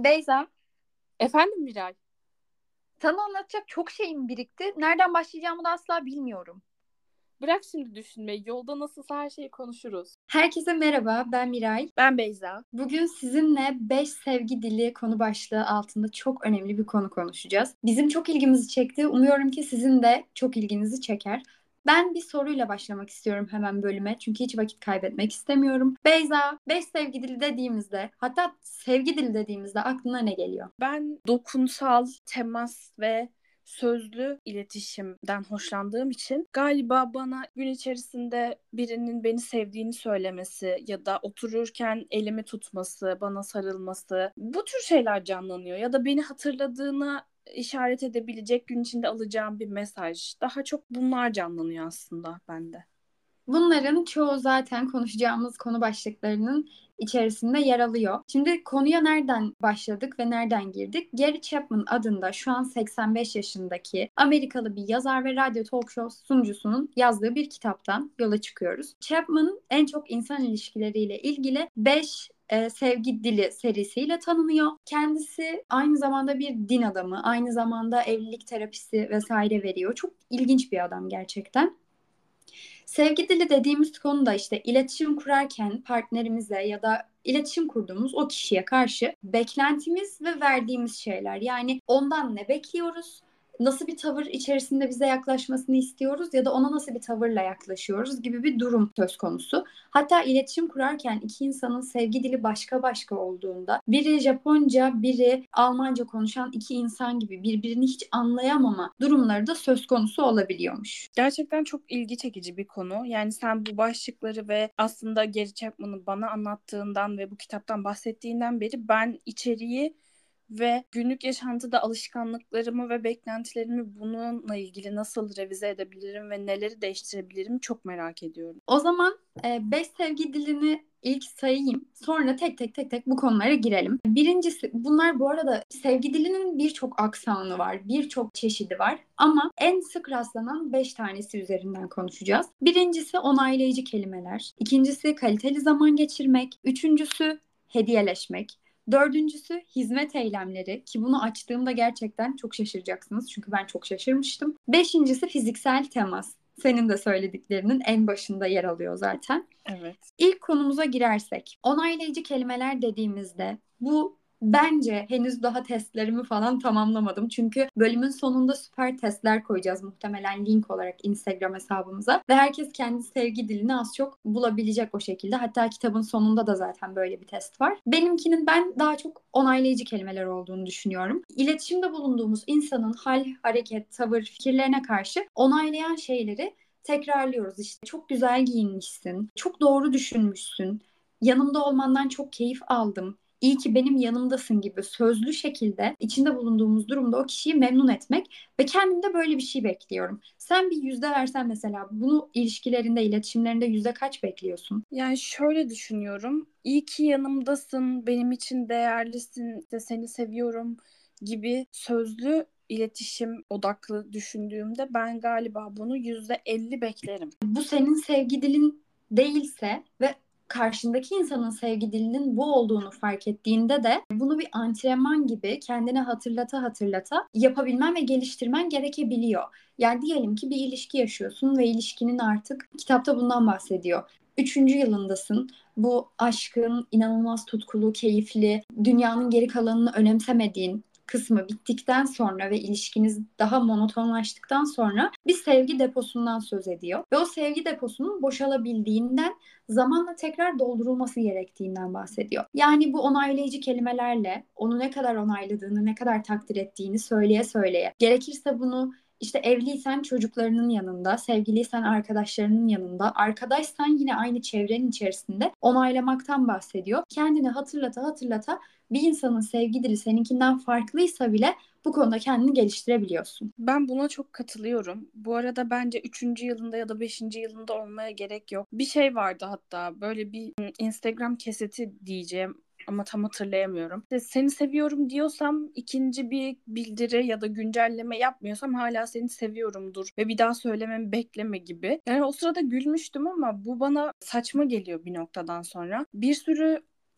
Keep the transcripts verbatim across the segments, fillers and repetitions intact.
Beyza, Efendim Miray? sana anlatacak çok şeyim birikti. Nereden başlayacağımı da asla bilmiyorum. Bırak şimdi düşünmeyi. Yolda nasılsa her şeyi konuşuruz. Herkese merhaba, ben Miray. Ben Beyza. Bugün sizinle beş sevgi dili konu başlığı altında çok önemli bir konu konuşacağız. Bizim çok ilgimizi çekti. Umuyorum ki sizin de çok ilginizi çeker. Ben bir soruyla başlamak istiyorum hemen bölüme. Çünkü hiç vakit kaybetmek istemiyorum. Beyza, beş sevgi dili dediğimizde, hatta sevgi dili dediğimizde aklına ne geliyor? Ben dokunsal, temas ve sözlü iletişimden hoşlandığım için galiba bana gün içerisinde birinin beni sevdiğini söylemesi ya da otururken elimi tutması, bana sarılması, bu tür şeyler canlanıyor. Ya da beni hatırladığına işaret edebilecek, gün içinde alacağım bir mesaj. Daha çok bunlar canlanıyor aslında bende. Bunların çoğu zaten konuşacağımız konu başlıklarının içerisinde yer alıyor. Şimdi konuya nereden başladık ve nereden girdik? Gary Chapman adında şu an seksen beş yaşındaki Amerikalı bir yazar ve radyo talk show sunucusunun yazdığı bir kitaptan yola çıkıyoruz. Chapman en çok insan ilişkileriyle ilgili beş e, sevgi dili serisiyle tanınıyor. Kendisi aynı zamanda bir din adamı, aynı zamanda evlilik terapisi vesaire veriyor. Çok ilginç bir adam gerçekten. Sevgi dili dediğimiz konuda işte iletişim kurarken partnerimize ya da iletişim kurduğumuz o kişiye karşı beklentimiz ve verdiğimiz şeyler. Yani ondan ne bekliyoruz? Nasıl bir tavır içerisinde bize yaklaşmasını istiyoruz ya da ona nasıl bir tavırla yaklaşıyoruz gibi bir durum söz konusu. Hatta iletişim kurarken iki insanın sevgi dili başka başka olduğunda biri Japonca, biri Almanca konuşan iki insan gibi birbirini hiç anlayamama durumları da söz konusu olabiliyormuş. Gerçekten çok ilgi çekici bir konu. Yani sen bu başlıkları ve aslında Gary Chapman'ın bana anlattığından ve bu kitaptan bahsettiğinden beri ben içeriği ve günlük yaşantıda alışkanlıklarımı ve beklentilerimi bununla ilgili nasıl revize edebilirim ve neleri değiştirebilirim çok merak ediyorum. O zaman beş sevgi dilini ilk sayayım. Sonra tek tek tek tek bu konulara girelim. Birincisi, bunlar bu arada sevgi dilinin birçok aksanı var, birçok çeşidi var. Ama en sık rastlanan beş tanesi üzerinden konuşacağız. Birincisi onaylayıcı kelimeler. İkincisi kaliteli zaman geçirmek. Üçüncüsü hediyeleşmek. Dördüncüsü hizmet eylemleri, ki bunu açtığımda gerçekten çok şaşıracaksınız çünkü ben çok şaşırmıştım. Beşincisi fiziksel temas. Senin de söylediklerinin en başında yer alıyor zaten. Evet. İlk konumuza girersek, onaylayıcı kelimeler dediğimizde bu bence henüz daha testlerimi falan tamamlamadım. Çünkü bölümün sonunda süper testler koyacağız muhtemelen link olarak Instagram hesabımıza. Ve herkes kendi sevgi dilini az çok bulabilecek o şekilde. Hatta kitabın sonunda da zaten böyle bir test var. Benimkinin ben daha çok onaylayıcı kelimeler olduğunu düşünüyorum. İletişimde bulunduğumuz insanın hal, hareket, tavır, fikirlerine karşı onaylayan şeyleri tekrarlıyoruz. İşte çok güzel giyinmişsin, çok doğru düşünmüşsün, yanımda olmandan çok keyif aldım, İyi ki benim yanımdasın gibi sözlü şekilde içinde bulunduğumuz durumda o kişiyi memnun etmek ve kendimde böyle bir şey bekliyorum. Sen bir yüzde versen mesela bunu ilişkilerinde, iletişimlerinde yüzde kaç bekliyorsun? Yani şöyle düşünüyorum. İyi ki yanımdasın, benim için değerlisin, işte seni seviyorum gibi sözlü iletişim odaklı düşündüğümde ben galiba bunu yüzde elli beklerim. Bu senin sevgi dilin değilse ve karşındaki insanın sevgi dilinin bu olduğunu fark ettiğinde de bunu bir antrenman gibi kendine hatırlata hatırlata yapabilmen ve geliştirmen gerekebiliyor. Yani diyelim ki bir ilişki yaşıyorsun ve ilişkinin artık, kitapta bundan bahsediyor, üçüncü yılındasın. Bu aşkın inanılmaz tutkulu, keyifli, dünyanın geri kalanını önemsemediğin kısmı bittikten sonra ve ilişkiniz daha monotonlaştıktan sonra bir sevgi deposundan söz ediyor. Ve o sevgi deposunun boşalabildiğinden, zamanla tekrar doldurulması gerektiğinden bahsediyor. Yani bu onaylayıcı kelimelerle onu ne kadar onayladığını, ne kadar takdir ettiğini söyleye söyleye. Gerekirse bunu işte evliysen çocuklarının yanında, sevgiliysen arkadaşlarının yanında, arkadaşsan yine aynı çevrenin içerisinde onaylamaktan bahsediyor. Kendini hatırlata hatırlata bir insanın sevgi dili seninkinden farklıysa bile bu konuda kendini geliştirebiliyorsun. Ben buna çok katılıyorum. Bu arada bence üçüncü yılında ya da beşinci yılında olmaya gerek yok. Bir şey vardı hatta, böyle bir Instagram kesiti diyeceğim ama tam hatırlayamıyorum. İşte seni seviyorum diyorsam, ikinci bir bildiri ya da güncelleme yapmıyorsam hala seni seviyorumdur ve bir daha söylememi bekleme gibi. Yani o sırada gülmüştüm ama bu bana saçma geliyor bir noktadan sonra. Bir sürü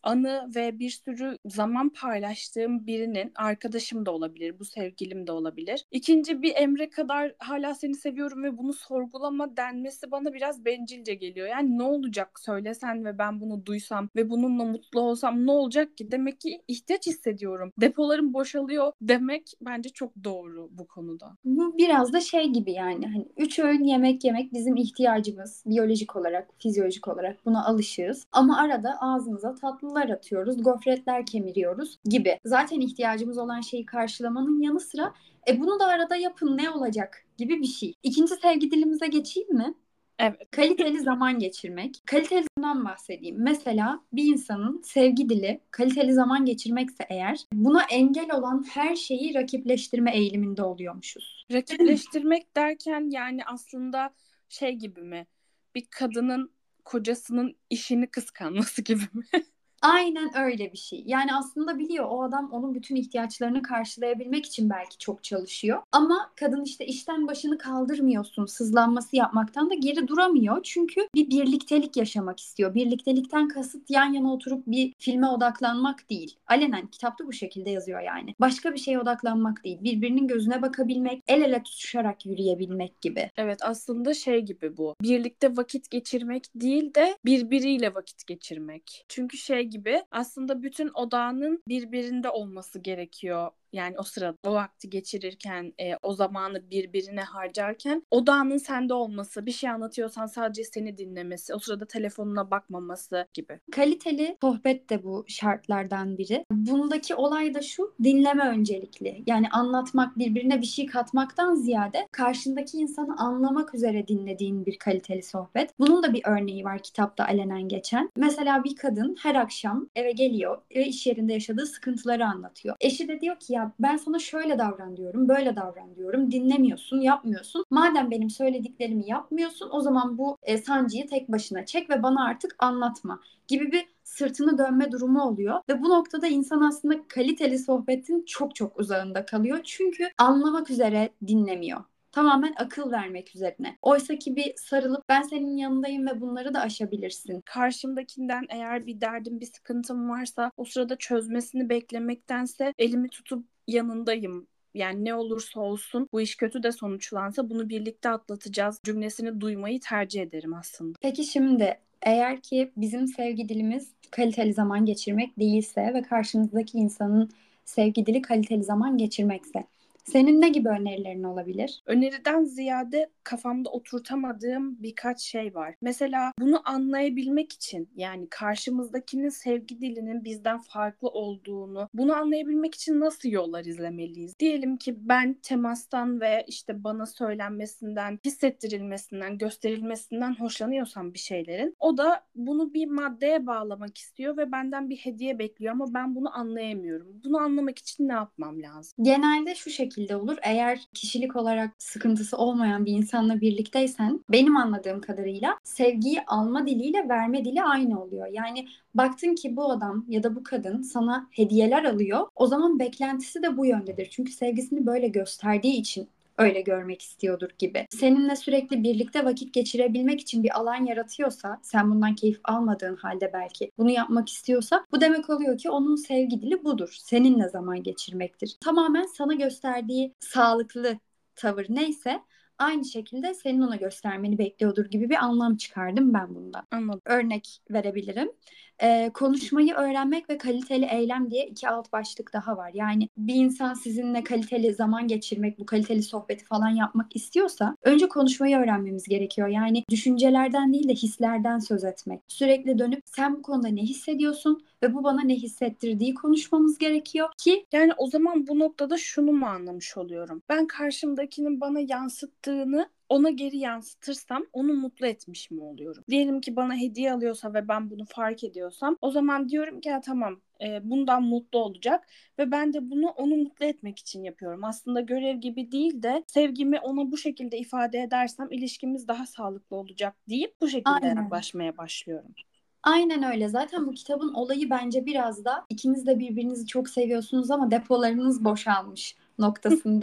anı ve bir sürü zaman paylaştığım birinin, arkadaşım da olabilir, bu sevgilim de olabilir. İkinci bir emre kadar hala seni seviyorum ve bunu sorgulama denmesi bana biraz bencilce geliyor. Yani ne olacak söylesen ve ben bunu duysam ve bununla mutlu olsam ne olacak ki? Demek ki ihtiyaç hissediyorum. Depolarım boşalıyor demek bence çok doğru bu konuda. Bu biraz da şey gibi, yani hani üç öğün yemek yemek bizim ihtiyacımız. Biyolojik olarak, fizyolojik olarak buna alışığız. Ama arada ağzımıza tatlılar atıyoruz, gofretler kemiriyoruz gibi. Zaten ihtiyacımız olan şeyi karşılamanın yanı sıra e bunu da arada yapın ne olacak gibi bir şey. İkinci sevgi dilimize geçeyim mi? Evet. Kaliteli zaman geçirmek. Kaliteli zamandan bahsedeyim. Mesela bir insanın sevgi dili kaliteli zaman geçirmekse eğer, buna engel olan her şeyi rakipleştirme eğiliminde oluyormuşuz. Rakipleştirmek derken yani aslında şey gibi mi? Bir kadının kocasının işini kıskanması gibi mi? Aynen öyle bir şey. Yani aslında biliyor o adam onun bütün ihtiyaçlarını karşılayabilmek için belki çok çalışıyor. Ama kadın işte işten başını kaldırmıyorsun, sızlanması yapmaktan da geri duramıyor. Çünkü bir birliktelik yaşamak istiyor. Birliktelikten kasıt yan yana oturup bir filme odaklanmak değil. Alenen kitapta bu şekilde yazıyor yani. Başka bir şeye odaklanmak değil. Birbirinin gözüne bakabilmek, el ele tutuşarak yürüyebilmek gibi. Evet, aslında şey gibi bu. Birlikte vakit geçirmek değil de birbiriyle vakit geçirmek. Çünkü şey gibi aslında bütün odağının birbirinde olması gerekiyor. Yani o sırada o vakti geçirirken, e, o zamanı birbirine harcarken odağının sende olması, bir şey anlatıyorsan sadece seni dinlemesi, o sırada telefonuna bakmaması gibi. Kaliteli sohbet de bu şartlardan biri. Bundaki olay da şu: dinleme öncelikli. Yani anlatmak, birbirine bir şey katmaktan ziyade karşındaki insanı anlamak üzere dinlediğin bir kaliteli sohbet. Bunun da bir örneği var kitapta alenen geçen. Mesela bir kadın her akşam eve geliyor ve iş yerinde yaşadığı sıkıntıları anlatıyor. Eşi de diyor ki ya ben sana şöyle davran diyorum, böyle davran diyorum. Dinlemiyorsun, yapmıyorsun. Madem benim söylediklerimi yapmıyorsun, o zaman bu e, sancıyı tek başına çek ve bana artık anlatma gibi bir sırtını dönme durumu oluyor. Ve bu noktada insan aslında kaliteli sohbetin çok çok uzağında kalıyor. Çünkü anlamak üzere dinlemiyor. Tamamen akıl vermek üzerine. Oysa ki bir sarılıp ben senin yanındayım ve bunları da aşabilirsin. Karşımdakinden eğer bir derdim, bir sıkıntım varsa o sırada çözmesini beklemektense elimi tutup yanındayım. Yani ne olursa olsun bu iş kötü de sonuçlansa bunu birlikte atlatacağız cümlesini duymayı tercih ederim aslında. Peki şimdi eğer ki bizim sevgi dilimiz kaliteli zaman geçirmek değilse ve karşımızdaki insanın sevgi dili kaliteli zaman geçirmekse, senin ne gibi önerilerin olabilir? Öneriden ziyade kafamda oturtamadığım birkaç şey var. Mesela bunu anlayabilmek için, yani karşımızdakinin sevgi dilinin bizden farklı olduğunu, bunu anlayabilmek için nasıl yollar izlemeliyiz? Diyelim ki ben temastan ve işte bana söylenmesinden, hissettirilmesinden, gösterilmesinden hoşlanıyorsam bir şeylerin, o da bunu bir maddeye bağlamak istiyor ve benden bir hediye bekliyor ama ben bunu anlayamıyorum. Bunu anlamak için ne yapmam lazım? Genelde şu şekilde olur. Eğer kişilik olarak sıkıntısı olmayan bir insanla birlikteysen, benim anladığım kadarıyla sevgiyi alma diliyle verme dili aynı oluyor. Yani baktın ki bu adam ya da bu kadın sana hediyeler alıyor. O zaman beklentisi de bu yöndedir. Çünkü sevgisini böyle gösterdiği için öyle görmek istiyordur gibi. Seninle sürekli birlikte vakit geçirebilmek için bir alan yaratıyorsa, sen bundan keyif almadığın halde belki bunu yapmak istiyorsa, bu demek oluyor ki onun sevgi dili budur. Seninle zaman geçirmektir. Tamamen sana gösterdiği sağlıklı tavır neyse aynı şekilde senin ona göstermeni bekliyordur gibi bir anlam çıkardım ben bundan. Anladım. Örnek verebilirim. Ee, konuşmayı öğrenmek ve kaliteli eylem diye iki alt başlık daha var. Yani bir insan sizinle kaliteli zaman geçirmek, bu kaliteli sohbeti falan yapmak istiyorsa önce konuşmayı öğrenmemiz gerekiyor. Yani düşüncelerden değil de hislerden söz etmek. Sürekli dönüp sen bu konuda ne hissediyorsun ve bu bana ne hissettirdiği konuşmamız gerekiyor ki Yani o zaman bu noktada şunu mu anlamış oluyorum? Ben karşımdakinin bana yansıttığını ona geri yansıtırsam onu mutlu etmiş mi oluyorum? Diyelim ki bana hediye alıyorsa ve ben bunu fark ediyorsam o zaman diyorum ki ya tamam, e, bundan mutlu olacak ve ben de bunu onu mutlu etmek için yapıyorum. Aslında görev gibi değil de sevgimi ona bu şekilde ifade edersem ilişkimiz daha sağlıklı olacak deyip bu şekilde aynen. yaklaşmaya başlıyorum. Aynen öyle. Zaten bu kitabın olayı bence biraz da ikiniz de birbirinizi çok seviyorsunuz ama depolarınız boşalmış noktasında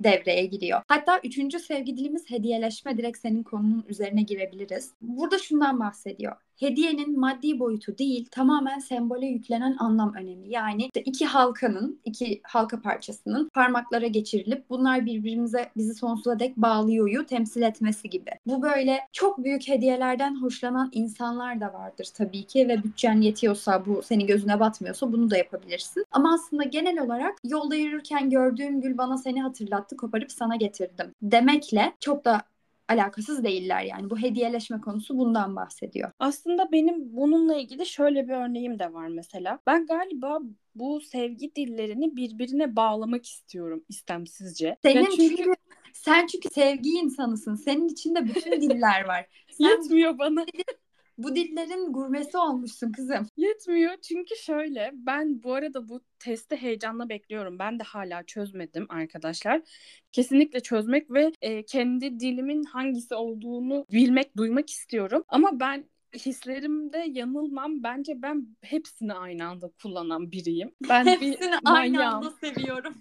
devreye giriyor. Hatta üçüncü sevgi dilimiz hediyeleşme. Direkt senin konunun üzerine girebiliriz. Burada şundan bahsediyor. Hediyenin maddi boyutu değil, tamamen sembole yüklenen anlam önemli. Yani işte iki halkanın, iki halka parçasının parmaklara geçirilip bunlar birbirimize bizi sonsuza dek bağlıyoryu temsil etmesi gibi. Bu böyle çok büyük hediyelerden hoşlanan insanlar da vardır tabii ki ve bütçen yetiyorsa, bu senin gözüne batmıyorsa bunu da yapabilirsin. Ama aslında genel olarak yolda yürürken gördüğüm gül bana seni hatırlattı, koparıp sana getirdim demekle çok da alakasız değiller yani. Bu hediyeleşme konusu bundan bahsediyor. Aslında benim bununla ilgili şöyle bir örneğim de var mesela. Ben galiba bu sevgi dillerini birbirine bağlamak istiyorum istemsizce. Senin Ya çünkü... çünkü sen çünkü sevgi insanısın. Senin içinde bütün diller var. Sen Yetmiyor bana. bu dillerin gurmesi olmuşsun kızım. Yetmiyor çünkü şöyle, ben bu arada bu testi heyecanla bekliyorum. Ben de hala çözmedim arkadaşlar. Kesinlikle çözmek ve e, kendi dilimin hangisi olduğunu bilmek, duymak istiyorum. Ama ben hislerimde yanılmam. Bence ben hepsini aynı anda kullanan biriyim. Ben Hepsini bir aynı manyağım. anda seviyorum.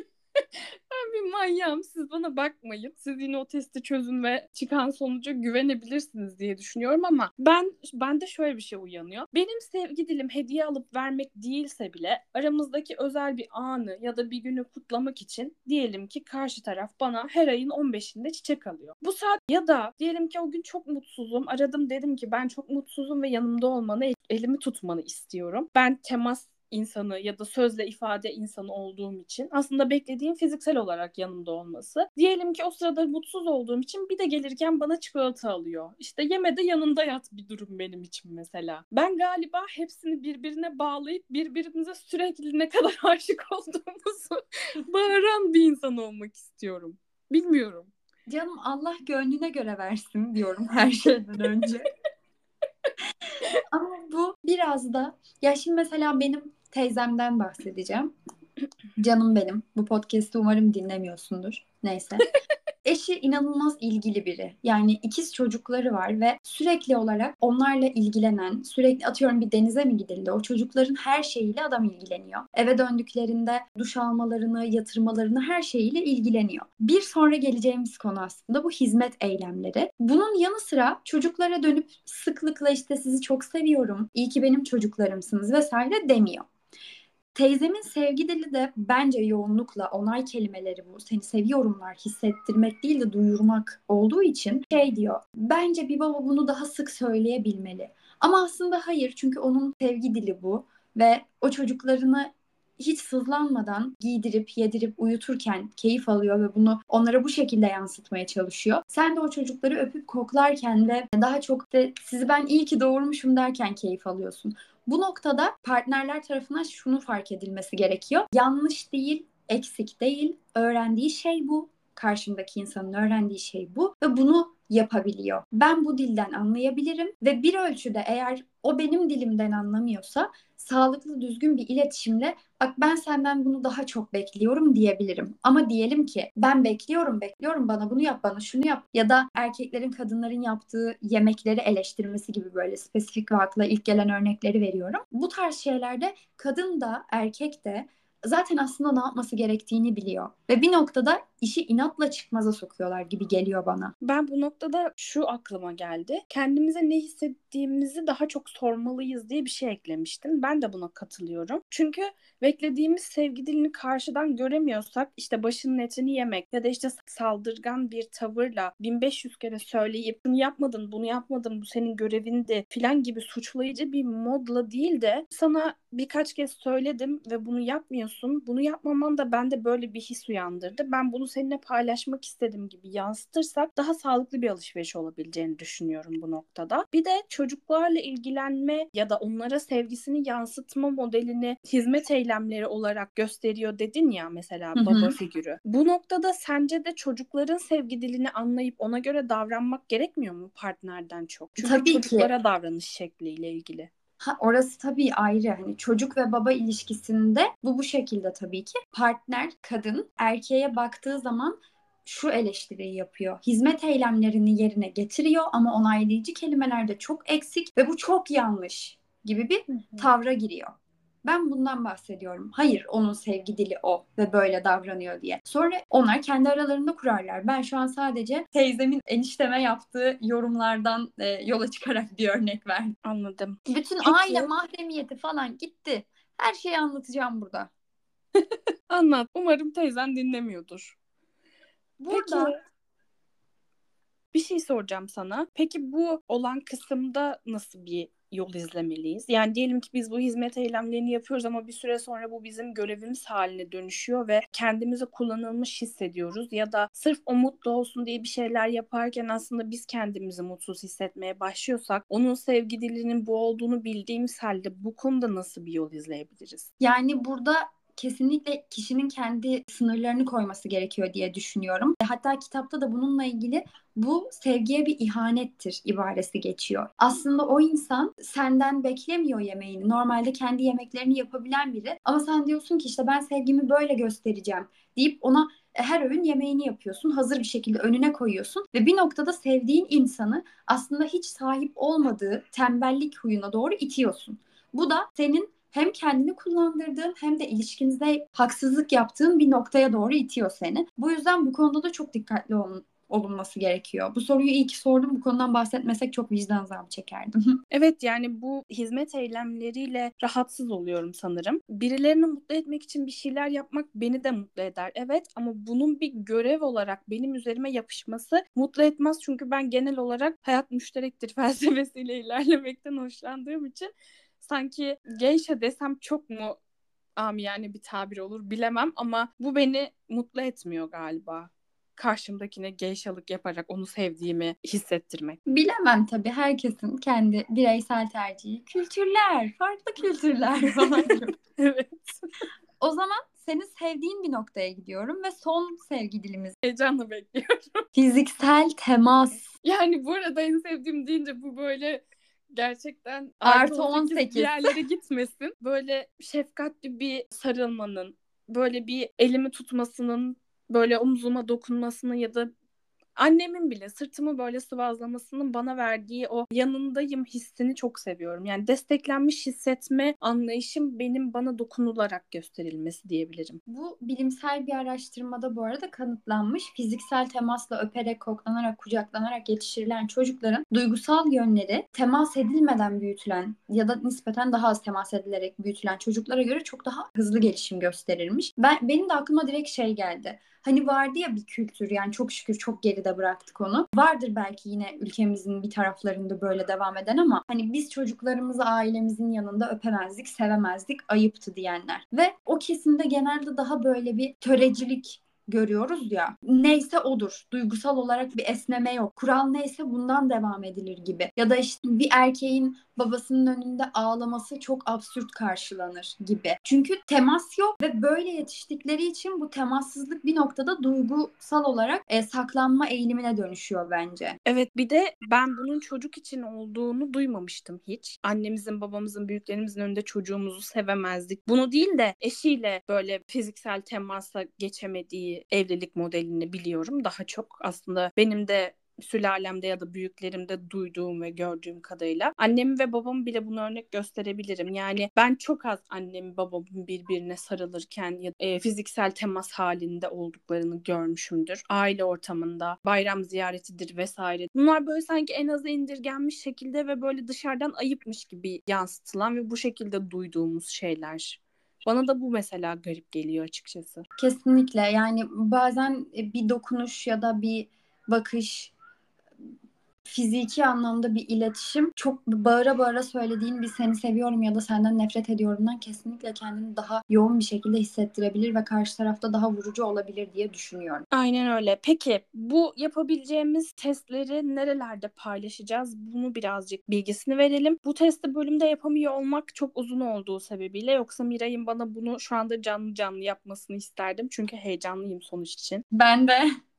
Ben bir manyağım. Siz bana bakmayın. Siz yine o testi çözün ve çıkan sonuca güvenebilirsiniz diye düşünüyorum ama ben bende şöyle bir şey uyanıyor. Benim sevgi dilim hediye alıp vermek değilse bile aramızdaki özel bir anı ya da bir günü kutlamak için diyelim ki karşı taraf bana her ayın on beşinde çiçek alıyor. Bu saat ya da diyelim ki o gün çok mutsuzum. Aradım, dedim ki ben çok mutsuzum ve yanımda olmanı, elimi tutmanı istiyorum. Ben temas insanı ya da sözle ifade insanı olduğum için aslında beklediğim fiziksel olarak yanımda olması. Diyelim ki o sırada mutsuz olduğum için bir de gelirken bana çikolata alıyor. İşte yeme de yanında yat bir durum benim için mesela. Ben galiba hepsini birbirine bağlayıp birbirimize sürekli ne kadar aşık olduğumuzu bağıran bir insan olmak istiyorum. Bilmiyorum. Canım Allah gönlüne göre versin diyorum her şeyden önce. Ama bu biraz da, ya şimdi mesela benim teyzemden bahsedeceğim. Canım benim. Bu podcast'ı umarım dinlemiyorsundur. Neyse. Eşi inanılmaz ilgili biri. Yani ikiz çocukları var ve sürekli olarak onlarla ilgilenen, sürekli atıyorum bir denize mi gidildi? O çocukların her şeyiyle adam ilgileniyor. Eve döndüklerinde duş almalarını, yatırmalarını, her şeyiyle ilgileniyor. Bir sonra geleceğimiz konu aslında bu hizmet eylemleri. Bunun yanı sıra çocuklara dönüp sıklıkla işte sizi çok seviyorum, iyi ki benim çocuklarımsınız vesaire demiyor. Teyzemin sevgi dili de bence yoğunlukla onay kelimeleri bu. Seni seviyorumlar hissettirmek değil de duyurmak olduğu için şey diyor. Bence bir baba bunu daha sık söyleyebilmeli. Ama aslında hayır, çünkü onun sevgi dili bu ve o çocuklarını hiç sızlanmadan giydirip yedirip uyuturken keyif alıyor ve bunu onlara bu şekilde yansıtmaya çalışıyor. Sen de o çocukları öpüp koklarken ve daha çok da sizi ben iyi ki doğurmuşum derken keyif alıyorsun. Bu noktada partnerler tarafından şunu fark edilmesi gerekiyor. Yanlış değil, eksik değil. Öğrendiği şey bu. Karşımdaki insanın öğrendiği şey bu ve bunu yapabiliyor. Ben bu dilden anlayabilirim ve bir ölçüde eğer o benim dilimden anlamıyorsa sağlıklı, düzgün bir iletişimle bak ben senden bunu daha çok bekliyorum diyebilirim. Ama diyelim ki ben bekliyorum, bekliyorum bana bunu yap, bana şunu yap ya da erkeklerin kadınların yaptığı yemekleri eleştirmesi gibi böyle spesifik ve akla ilk gelen örnekleri veriyorum. Bu tarz şeylerde kadın da erkek de zaten aslında ne yapması gerektiğini biliyor. Ve bir noktada işi inatla çıkmaza sokuyorlar gibi geliyor bana. Ben bu noktada şu aklıma geldi. Kendimize ne hissettiğimizi daha çok sormalıyız diye bir şey eklemiştin. Ben de buna katılıyorum. Çünkü beklediğimiz sevgi dilini karşıdan göremiyorsak işte başının etini yemek ya da işte saldırgan bir tavırla bin beş yüz kere söyleyip bunu yapmadın, bunu yapmadın, bu senin görevindi filan gibi suçlayıcı bir modla değil de sana birkaç kez söyledim ve bunu yapmıyorsun. Bunu yapmaman da bende böyle bir his uyandırdı. Ben bunu seninle paylaşmak istedim gibi yansıtırsak daha sağlıklı bir alışveriş olabileceğini düşünüyorum bu noktada. Bir de çocuklarla ilgilenme ya da onlara sevgisini yansıtma modelini hizmet eylemleri olarak gösteriyor dedin ya mesela Hı hı. baba figürü. Bu noktada sence de çocukların sevgi dilini anlayıp ona göre davranmak gerekmiyor mu partnerden çok? Çünkü Tabii ki. çocuklara davranış şekliyle ilgili. Ha, orası tabii ayrı. Hani çocuk ve baba ilişkisinde bu bu şekilde tabii ki. Partner, kadın erkeğe baktığı zaman şu eleştiriyi yapıyor. Hizmet eylemlerini yerine getiriyor ama onaylayıcı kelimelerde çok eksik ve bu çok yanlış gibi bir tavra giriyor. Ben bundan bahsediyorum. Hayır, onun sevgi dili o ve böyle davranıyor diye. Sonra onlar kendi aralarında kurarlar. Ben şu an sadece teyzemin enişteme yaptığı yorumlardan e, yola çıkarak bir örnek verdim. Anladım. Bütün Peki. aile mahremiyeti falan gitti. Her şeyi anlatacağım burada. Anlat. Umarım teyzen dinlemiyordur. Peki Burada bir şey soracağım sana. Peki bu olan kısımda nasıl bir yol izlemeliyiz? Yani diyelim ki biz bu hizmet eylemlerini yapıyoruz ama bir süre sonra bu bizim görevimiz haline dönüşüyor ve kendimizi kullanılmış hissediyoruz ya da sırf o mutlu olsun diye bir şeyler yaparken aslında biz kendimizi mutsuz hissetmeye başlıyorsak onun sevgi dilinin bu olduğunu bildiğimiz halde bu konuda nasıl bir yol izleyebiliriz? yani burada kesinlikle kişinin kendi sınırlarını koyması gerekiyor diye düşünüyorum. Hatta kitapta da bununla ilgili bu sevgiye bir ihanettir ibaresi geçiyor. Aslında o insan senden beklemiyor yemeğini. Normalde kendi yemeklerini yapabilen biri. Ama sen diyorsun ki işte ben sevgimi böyle göstereceğim deyip ona her öğün yemeğini yapıyorsun. Hazır bir şekilde önüne koyuyorsun. Ve bir noktada sevdiğin insanı aslında hiç sahip olmadığı tembellik huyuna doğru itiyorsun. Bu da senin hem kendini kullandırdığın hem de ilişkinizde haksızlık yaptığın bir noktaya doğru itiyor seni. Bu yüzden bu konuda da çok dikkatli olun, olunması gerekiyor. Bu soruyu iyi ki sordum. Bu konudan bahsetmesek çok vicdan azabı çekerdim. Evet, yani bu hizmet eylemleriyle rahatsız oluyorum sanırım. Birilerini mutlu etmek için bir şeyler yapmak beni de mutlu eder. Evet, ama bunun bir görev olarak benim üzerime yapışması mutlu etmez. Çünkü ben genel olarak hayat müşterektir felsefesiyle ilerlemekten hoşlandığım için sanki geisha desem çok mu amiyane bir tabir olur bilemem ama bu beni mutlu etmiyor galiba. Karşımdakine geishalık yaparak onu sevdiğimi hissettirmek. Bilemem tabii. Herkesin kendi bireysel tercihi. Kültürler, farklı kültürler falan gibi. Evet. O zaman senin sevdiğin bir noktaya gidiyorum ve son sevgi dilimiz. Heyecanla bekliyorum. Fiziksel temas. Yani bu arada en sevdiğim deyince bu böyle gerçekten Artı artı on sekiz on bir sekiz. yerlere gitmesin. Böyle şefkatli bir sarılmanın, böyle bir elimi tutmasının, böyle omzuma dokunmasının ya da annemin bile sırtımı böyle sıvazlamasının bana verdiği o yanındayım hissini çok seviyorum. Yani desteklenmiş hissetme anlayışım benim bana dokunularak gösterilmesi diyebilirim. Bu bilimsel bir araştırmada bu arada kanıtlanmış. Fiziksel temasla öperek, koklanarak, kucaklanarak yetiştirilen çocukların duygusal yönleri temas edilmeden büyütülen ya da nispeten daha az temas edilerek büyütülen çocuklara göre çok daha hızlı gelişim gösterirmiş. Ben, benim de aklıma direkt şey geldi. Hani vardı ya bir kültür, yani çok şükür çok geride bıraktık onu. Vardır belki yine ülkemizin bir taraflarında böyle devam eden ama hani biz çocuklarımızı ailemizin yanında öpemezdik, sevemezdik, ayıptı diyenler. Ve o kesimde genelde daha böyle bir törecilik görüyoruz ya. Neyse odur. Duygusal olarak bir esneme yok. Kural neyse bundan devam edilir gibi. Ya da işte bir erkeğin babasının önünde ağlaması çok absürt karşılanır gibi. Çünkü temas yok ve böyle yetiştikleri için bu temassızlık bir noktada duygusal olarak e, saklanma eğilimine dönüşüyor bence. Evet, bir de ben bunun çocuk için olduğunu duymamıştım hiç. Annemizin, babamızın, büyüklerimizin önünde çocuğumuzu sevemezdik. Bunu değil de eşiyle böyle fiziksel temasa geçemediği evlilik modelini biliyorum daha çok. Aslında benim de sülalemde ya da büyüklerimde duyduğum ve gördüğüm kadarıyla annem ve babam bile bunu örnek gösterebilirim. Yani ben çok az annem babamın birbirine sarılırken ya e, fiziksel temas halinde olduklarını görmüşümdür. Aile ortamında, bayram ziyaretidir vesaire. Bunlar böyle sanki en aza indirgenmiş şekilde ve böyle dışarıdan ayıpmış gibi yansıtılan ve bu şekilde duyduğumuz şeyler. Bana da bu mesela garip geliyor açıkçası. Kesinlikle, yani bazen bir dokunuş ya da bir bakış, fiziki anlamda bir iletişim çok bağıra bağıra söylediğin bir seni seviyorum ya da senden nefret ediyorumdan kesinlikle kendini daha yoğun bir şekilde hissettirebilir ve karşı tarafta daha vurucu olabilir diye düşünüyorum. Aynen öyle. Peki bu yapabileceğimiz testleri nerelerde paylaşacağız? Bunu birazcık bilgisini verelim. Bu testi bölümde yapamıyor olmak çok uzun olduğu sebebiyle, yoksa Miray'ın bana bunu şu anda canlı canlı yapmasını isterdim. Çünkü heyecanlıyım sonuç için. Ben de.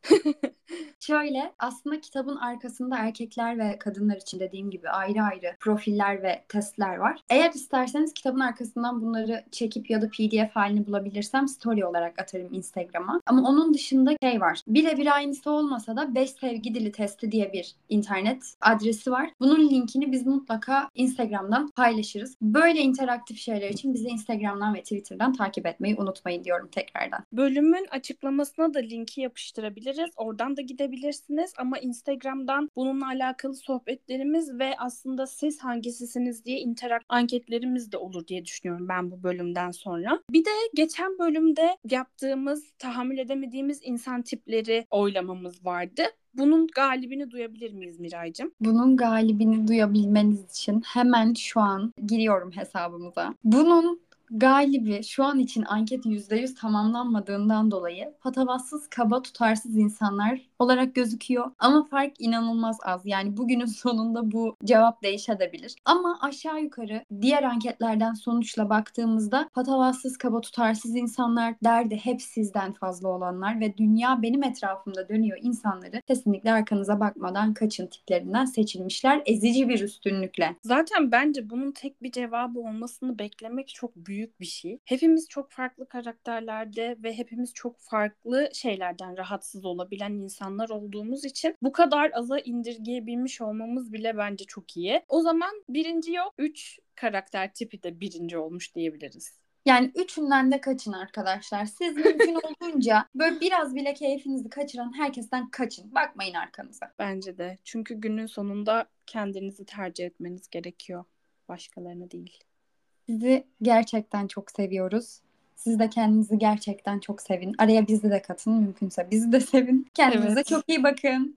Şöyle, aslında kitabın arkasında erkekler ve kadınlar için dediğim gibi ayrı ayrı profiller ve testler var. Eğer isterseniz kitabın arkasından bunları çekip ya da P D F halini bulabilirsem story olarak atarım Instagram'a. Ama onun dışında şey var. Birebir aynısı olmasa da beş sevgi dili testi diye bir internet adresi var. Bunun linkini biz mutlaka Instagram'dan paylaşırız. Böyle interaktif şeyler için bizi Instagram'dan ve Twitter'dan takip etmeyi unutmayın diyorum tekrardan. Bölümün açıklamasına da linki yapıştırabiliriz. Oradan da gidebilirsiniz ama Instagram'dan bununla alakalı sohbetlerimiz ve aslında siz hangisisiniz diye interak anketlerimiz de olur diye düşünüyorum ben bu bölümden sonra. Bir de geçen bölümde yaptığımız tahammül edemediğimiz insan tipleri oylamamız vardı. Bunun galibini duyabilir miyiz Miraycığım? Bunun galibini duyabilmeniz için hemen şu an giriyorum hesabımıza. Bunun galibi şu an için anket yüzde yüz tamamlanmadığından dolayı patavatsız, kaba, tutarsız insanlar olarak gözüküyor. Ama fark inanılmaz az. Yani bugünün sonunda bu cevap değişebilir. Ama aşağı yukarı diğer anketlerden sonuçla baktığımızda patavatsız, kaba, tutarsız insanlar, derdi hep sizden fazla olanlar ve dünya benim etrafımda dönüyor insanları kesinlikle arkanıza bakmadan kaçın tiplerinden seçilmişler ezici bir üstünlükle. Zaten bence bunun tek bir cevabı olmasını beklemek çok büyük bir şey. Hepimiz çok farklı karakterlerde ve hepimiz çok farklı şeylerden rahatsız olabilen insanlar olduğumuz için bu kadar aza indirgeyebilmiş olmamız bile bence çok iyi. O zaman birinci yok, üç karakter tipi de birinci olmuş diyebiliriz. Yani üçünden de kaçın arkadaşlar. Siz mümkün olduğunca böyle biraz bile keyfinizi kaçıran herkesten kaçın. Bakmayın arkanıza. Bence de. Çünkü günün sonunda kendinizi tercih etmeniz gerekiyor. Başkalarına değil. Sizi gerçekten çok seviyoruz. Siz de kendinizi gerçekten çok sevin. Araya bizi de katın mümkünse. Bizi de sevin. Kendinize Evet. çok iyi bakın.